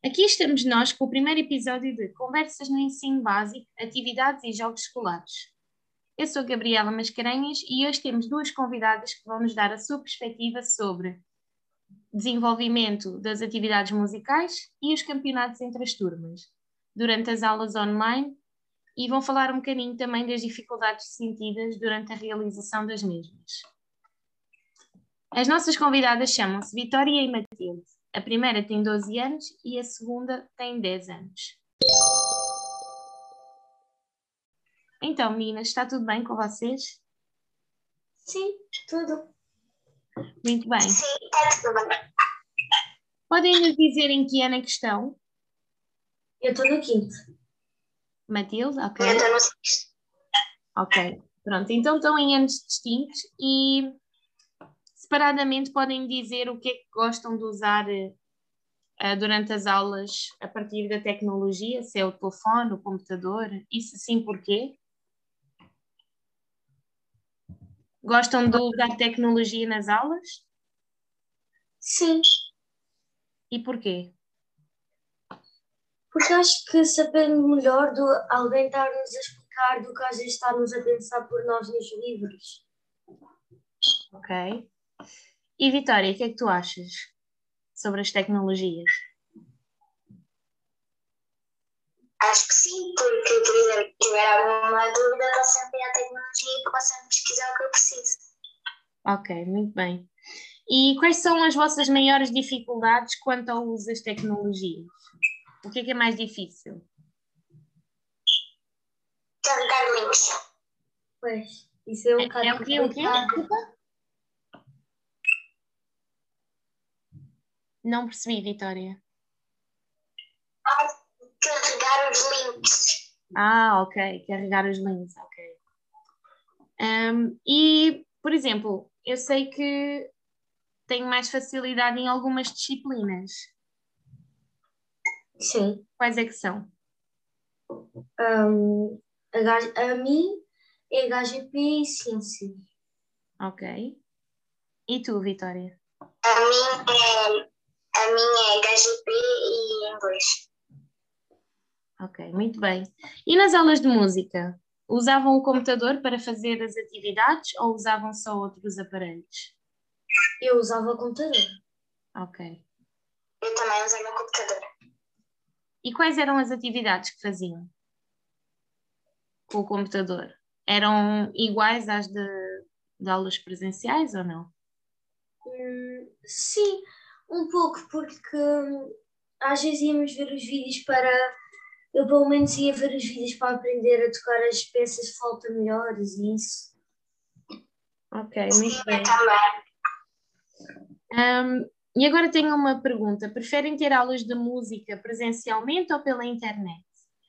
Aqui estamos nós com o primeiro episódio de Conversas no Ensino Básico, Atividades e Jogos Escolares. Eu sou Gabriela Mascarenhas e hoje temos duas convidadas que vão nos dar a sua perspectiva sobre desenvolvimento das atividades musicais e os campeonatos entre as turmas, durante as aulas online, e vão falar um bocadinho também das dificuldades sentidas durante a realização das mesmas. As nossas convidadas chamam-se Vitória e Matilde. A primeira tem 12 anos e a segunda tem 10 anos. Então, meninas, está tudo bem com vocês? Sim, tudo. Muito bem. Sim, está tudo bem. Podem nos dizer em que ano é que estão? Eu estou no quinto. Matilde, ok. Eu estou no sexto. Ok, pronto. Então estão em anos distintos e separadamente podem dizer o que é que gostam de usar durante as aulas a partir da tecnologia, se é o telefone, o computador, e se sim, porquê? Gostam de usar tecnologia nas aulas? Sim, E porquê? porque acho que sabendo melhor do alguém estar-nos a explicar do que às vezes estarmos a pensar por nós nos livros. Ok. E Vitória, o que é que tu achas sobre as tecnologias? Acho que sim, porque, por exemplo, se tiver alguma dúvida, vou sempre ir à tecnologia e posso sempre pesquisar o que eu preciso. Ok, muito bem. E quais são as vossas maiores dificuldades quanto ao uso das tecnologias? O que é mais difícil? Carregar links. Pois, isso é um bocado É o quê? O quê? Não percebi, Vitória. Carregar os links. Ah, ok. Carregar os links, ok. E, por exemplo, eu sei que tenho mais facilidade em algumas disciplinas. Sim. Quais é que são? A mim é HGP e Ciências. Ok. E tu, Vitória? A minha é HGP e inglês. Ok, muito bem. E nas aulas de música? Usavam o computador para fazer as atividades ou usavam só outros aparelhos? Eu usava o computador. Ok. Eu também usei o computador. E quais eram as atividades que faziam com o computador? Eram iguais às de aulas presenciais ou não? Sim, um pouco, porque às vezes íamos ver os vídeos para. Eu pelo menos ia ver os vídeos para aprender a tocar as peças de flauta melhores e isso. Ok, muito bem. Também. E agora tenho uma pergunta. Preferem ter aulas de música presencialmente ou pela internet?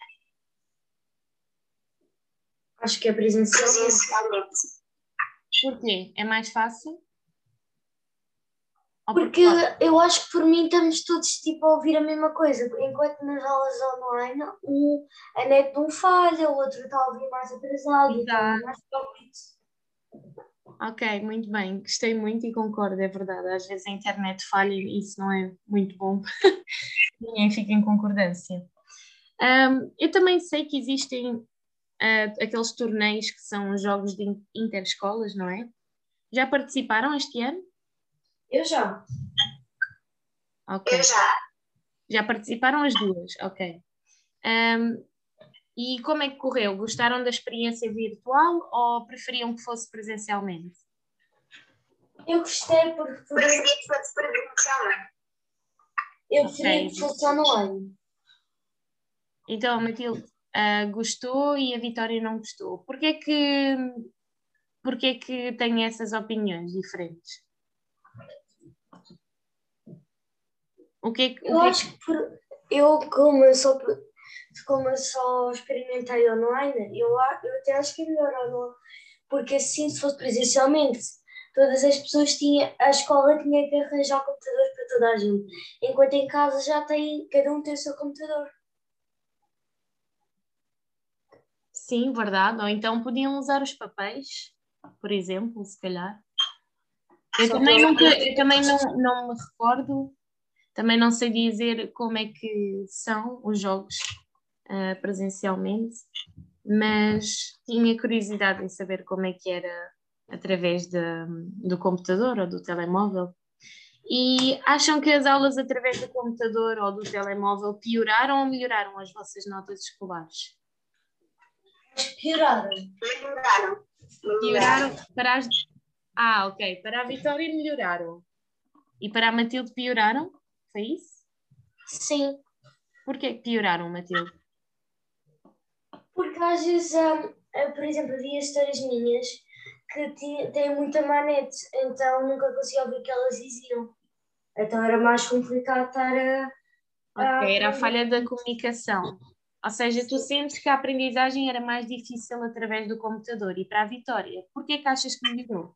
Acho que é presencialmente. Porquê? É mais fácil? Ou Porque eu acho que por mim estamos todos tipo a ouvir a mesma coisa, enquanto nas aulas online a net não falha, o outro está a ouvir mais atrasado e está a ouvir mais rápido. Ok, muito bem. Gostei muito e concordo, é verdade. Às vezes a internet falha e isso não é muito bom. Ninguém fica em concordância. Eu também sei que existem aqueles torneios que são os jogos de interescolas, não é? Já participaram este ano? Eu já. Ok. Eu já. Já participaram as duas, ok. E como é que correu? Gostaram da experiência virtual ou preferiam que fosse presencialmente? Eu gostei porque preferia que fosse presencialmente. Eu preferia que fosse online. Então, a Matilde gostou e a Vitória não gostou. Porquê que têm essas opiniões diferentes? Eu acho que como eu só experimentei online, eu até acho que é melhor online, porque assim, se fosse presencialmente, todas as pessoas a escola tinha que arranjar computadores para toda a gente, enquanto em casa cada um tem o seu computador. Sim, verdade. Ou então podiam usar os papéis, por exemplo, se calhar. Eu também não me recordo Também não sei dizer como é que são os jogos presencialmente, mas tinha curiosidade em saber como é que era através do computador ou do telemóvel. E acham que as aulas através do computador ou do telemóvel pioraram ou melhoraram as vossas notas escolares? Acho que pioraram. Pioraram para as... Ah, ok. Para a Vitória melhoraram. E para a Matilde pioraram? Foi isso? Sim, Porquê que pioraram, Matilde? porque às vezes, por exemplo, havia histórias minhas que têm muita má net, então nunca conseguia ouvir o que elas diziam. Então era mais complicado estar Ok, era a aprender. falha da comunicação. Ou seja, tu sentes que a aprendizagem era mais difícil através do computador. E para a Vitória, porquê que achas que melhorou?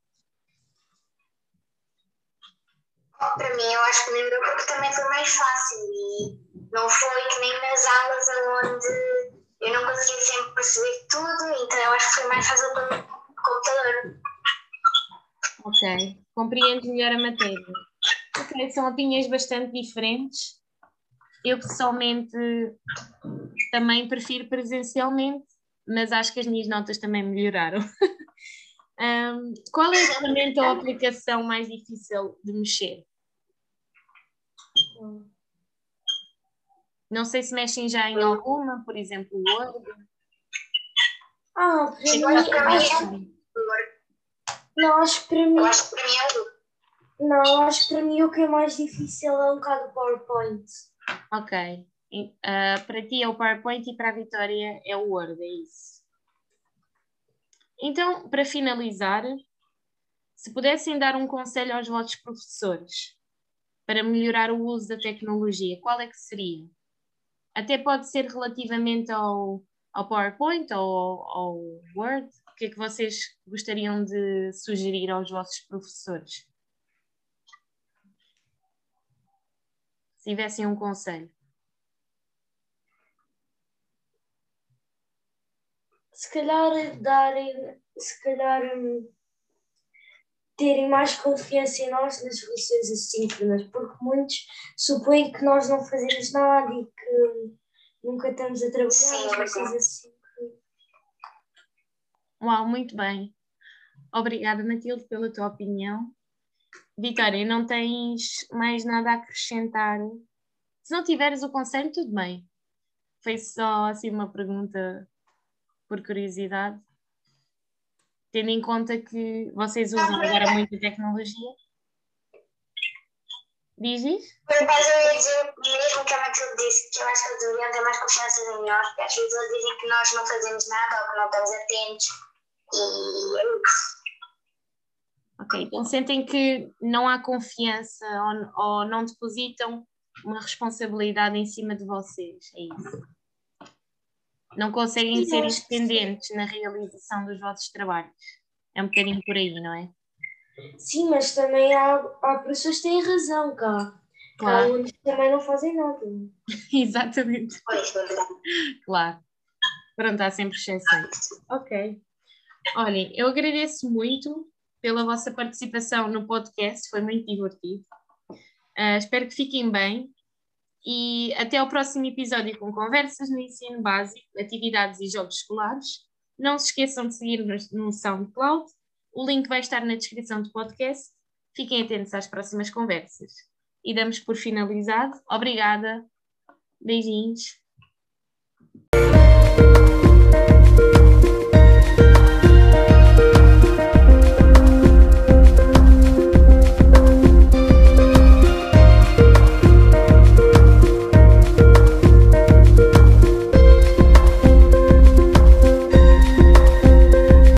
Para mim, eu acho que melhorou porque também foi mais fácil e não foi que nem nas aulas onde eu não conseguia sempre perceber tudo, então eu acho que foi mais fácil com o computador. Ok, compreendo melhor a matéria. Ok, são opiniões bastante diferentes. Eu pessoalmente também prefiro presencialmente, mas acho que as minhas notas também melhoraram. Qual é a ferramenta ou aplicação mais difícil de mexer? Não sei se mexem já em alguma, por exemplo, o Word. Para que mim, é que acho, não, acho que para Eu mim, acho que para mim é o não, acho que para mim o que é mais difícil é um bocado o PowerPoint. Ok. Para ti é o PowerPoint e para a Vitória é o Word, é isso. Então, para finalizar, se pudessem dar um conselho aos vossos professores para melhorar o uso da tecnologia, qual é que seria? Até pode ser relativamente ao PowerPoint ou ao Word. O que é que vocês gostariam de sugerir aos vossos professores? Se tivessem um conselho. Se calhar terem mais confiança em nós nas relações assíncronas, porque muitos supõem que nós não fazemos nada e que nunca estamos a trabalhar Sim, nas relações assíncronas. Uau, muito bem. Obrigada, Matilde, pela tua opinião. Vitória, não tens mais nada a acrescentar? Se não tiveres o conselho, tudo bem. Foi só assim uma pergunta por curiosidade. Tendo em conta que vocês usam agora muita tecnologia. Diz? Por acaso eu ia dizer mesmo que a Matilde disse que eu acho que eles deveriam ter mais confiança em nós, porque às vezes eles dizem que nós não fazemos nada ou que não estamos atentos e é isso. Ok, então sentem que não há confiança ou não depositam uma responsabilidade em cima de vocês, é isso? Não conseguem Sim, ser acho que sim. independentes na realização dos vossos trabalhos. É um bocadinho por aí, não é? Sim, mas também há pessoas que têm razão cá. Há Claro, alunos que também não fazem nada. exatamente, Pois, verdade. claro. Pronto, há sempre exceções. Ok. Olhem, eu agradeço muito pela vossa participação no podcast, foi muito divertido. Espero que fiquem bem e até ao próximo episódio com conversas no ensino básico, atividades e jogos escolares. Não se esqueçam de seguir-nos no SoundCloud. O link vai estar na descrição do podcast. Fiquem atentos às próximas conversas. E damos por finalizado. Obrigada. Beijinhos.